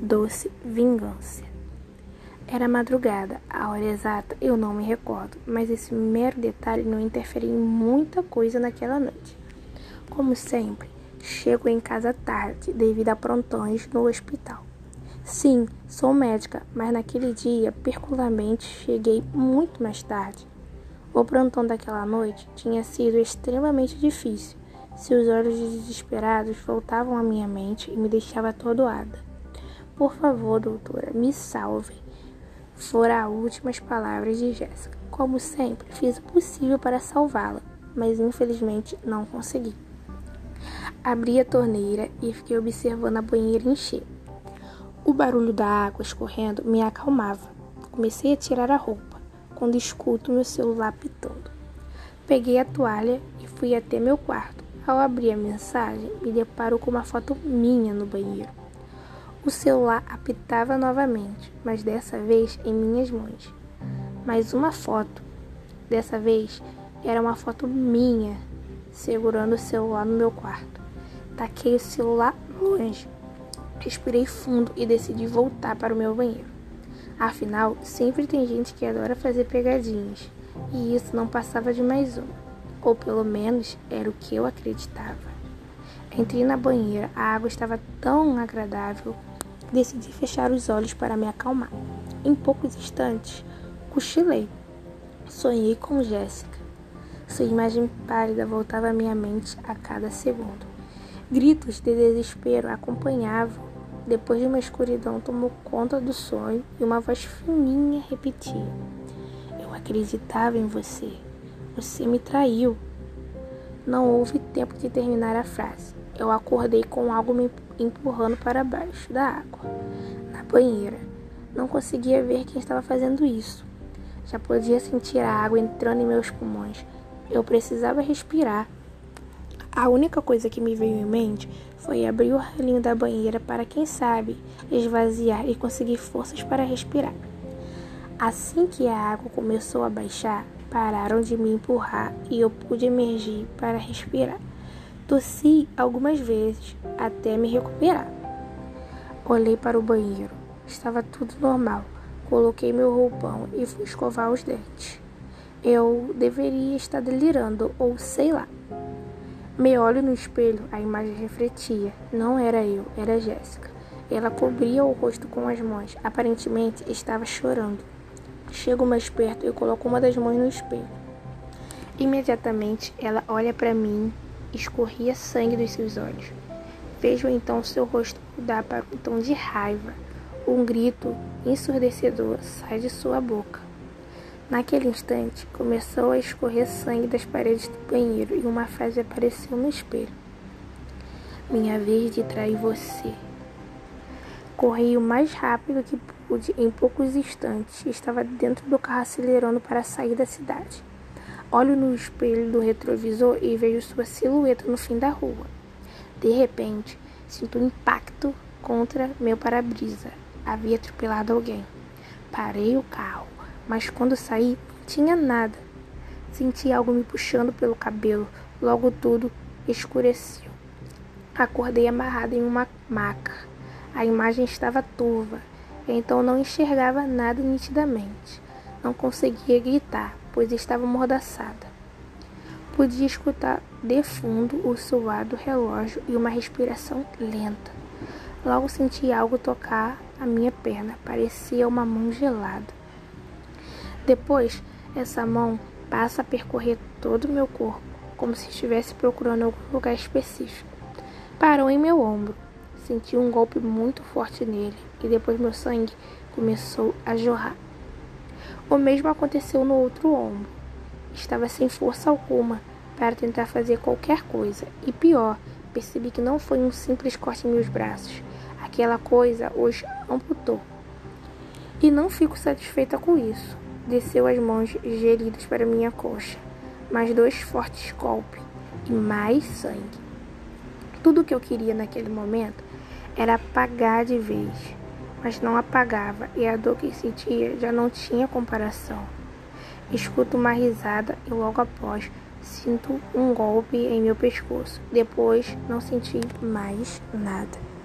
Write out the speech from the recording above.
Doce vingança. Era madrugada, a hora exata eu não me recordo, mas esse mero detalhe não interfere em muita coisa naquela noite. Como sempre, chego em casa tarde devido a prontões no hospital. Sim, sou médica, mas naquele dia, particularmente, cheguei muito mais tarde. O prontão daquela noite tinha sido extremamente difícil. Seus olhos desesperados voltavam à minha mente e me deixava atordoada. Por favor, doutora, me salve. Foram as últimas palavras de Jéssica. Como sempre, fiz o possível para salvá-la, mas infelizmente não consegui. Abri a torneira e fiquei observando a banheira encher. O barulho da água escorrendo me acalmava. Comecei a tirar a roupa, quando escuto meu celular pitando. Peguei a toalha e fui até meu quarto. Ao abrir a mensagem, me deparo com uma foto minha no banheiro. O celular apitava novamente, mas dessa vez em minhas mãos. Mais uma foto. Dessa vez era uma foto minha, segurando o celular no meu quarto. Taquei o celular longe. Respirei fundo e decidi voltar para o meu banheiro. Afinal, sempre tem gente que adora fazer pegadinhas, e isso não passava de mais uma. Ou pelo menos era o que eu acreditava. Entrei na banheira, a água estava tão agradável. Decidi fechar os olhos para me acalmar. Em poucos instantes, cochilei. Sonhei com Jéssica. Sua imagem pálida voltava à minha mente a cada segundo. Gritos de desespero acompanhavam. Depois de uma escuridão tomou conta do sonho e uma voz fininha repetia: "Eu acreditava em você. Você me traiu." Não houve tempo de terminar a frase. Eu acordei com algo me empurrando para baixo da água, na banheira. Não conseguia ver quem estava fazendo isso. Já podia sentir a água entrando em meus pulmões. Eu precisava respirar. A única coisa que me veio em mente foi abrir o ralinho da banheira para, quem sabe, esvaziar e conseguir forças para respirar. Assim que a água começou a baixar, pararam de me empurrar e eu pude emergir para respirar. Tossi algumas vezes até me recuperar. Olhei para o banheiro. Estava tudo normal. Coloquei meu roupão e fui escovar os dentes. Eu deveria estar delirando, ou sei lá. Me olho no espelho, a imagem refletia. Não era eu, era Jéssica. Ela cobria o rosto com as mãos. Aparentemente estava chorando. Chego mais perto e coloco uma das mãos no espelho. Imediatamente ela olha para mim. Escorria sangue dos seus olhos. Vejo então seu rosto mudar para um tom de raiva. Um grito ensurdecedor sai de sua boca. Naquele instante, começou a escorrer sangue das paredes do banheiro e uma frase apareceu no espelho: "Minha vez de trair você." Corri o mais rápido que pude. Em poucos instantes, estava dentro do carro acelerando para sair da cidade. Olho no espelho do retrovisor e vejo sua silhueta no fim da rua. De repente, sinto um impacto contra meu para-brisa. Havia atropelado alguém. Parei o carro, mas quando saí, não tinha nada. Senti algo me puxando pelo cabelo. Logo tudo escureceu. Acordei amarrada em uma maca. A imagem estava turva, então não enxergava nada nitidamente. Não conseguia gritar, pois estava amordaçada. Podia escutar de fundo o soar do relógio e uma respiração lenta. Logo senti algo tocar a minha perna. Parecia uma mão gelada. Depois, essa mão passa a percorrer todo o meu corpo, como se estivesse procurando algum lugar específico. Parou em meu ombro. Senti um golpe muito forte nele e depois meu sangue começou a jorrar. O mesmo aconteceu no outro ombro. Estava sem força alguma para tentar fazer qualquer coisa. E pior, percebi que não foi um simples corte em meus braços. Aquela coisa os amputou. E não fico satisfeita com isso. Desceu as mãos gelidas para minha coxa. Mais 2 fortes golpes e mais sangue. Tudo o que eu queria naquele momento era apagar de vez. Mas não apagava, e a dor que sentia já não tinha comparação. Escuto uma risada e logo após sinto um golpe em meu pescoço. Depois não senti mais nada.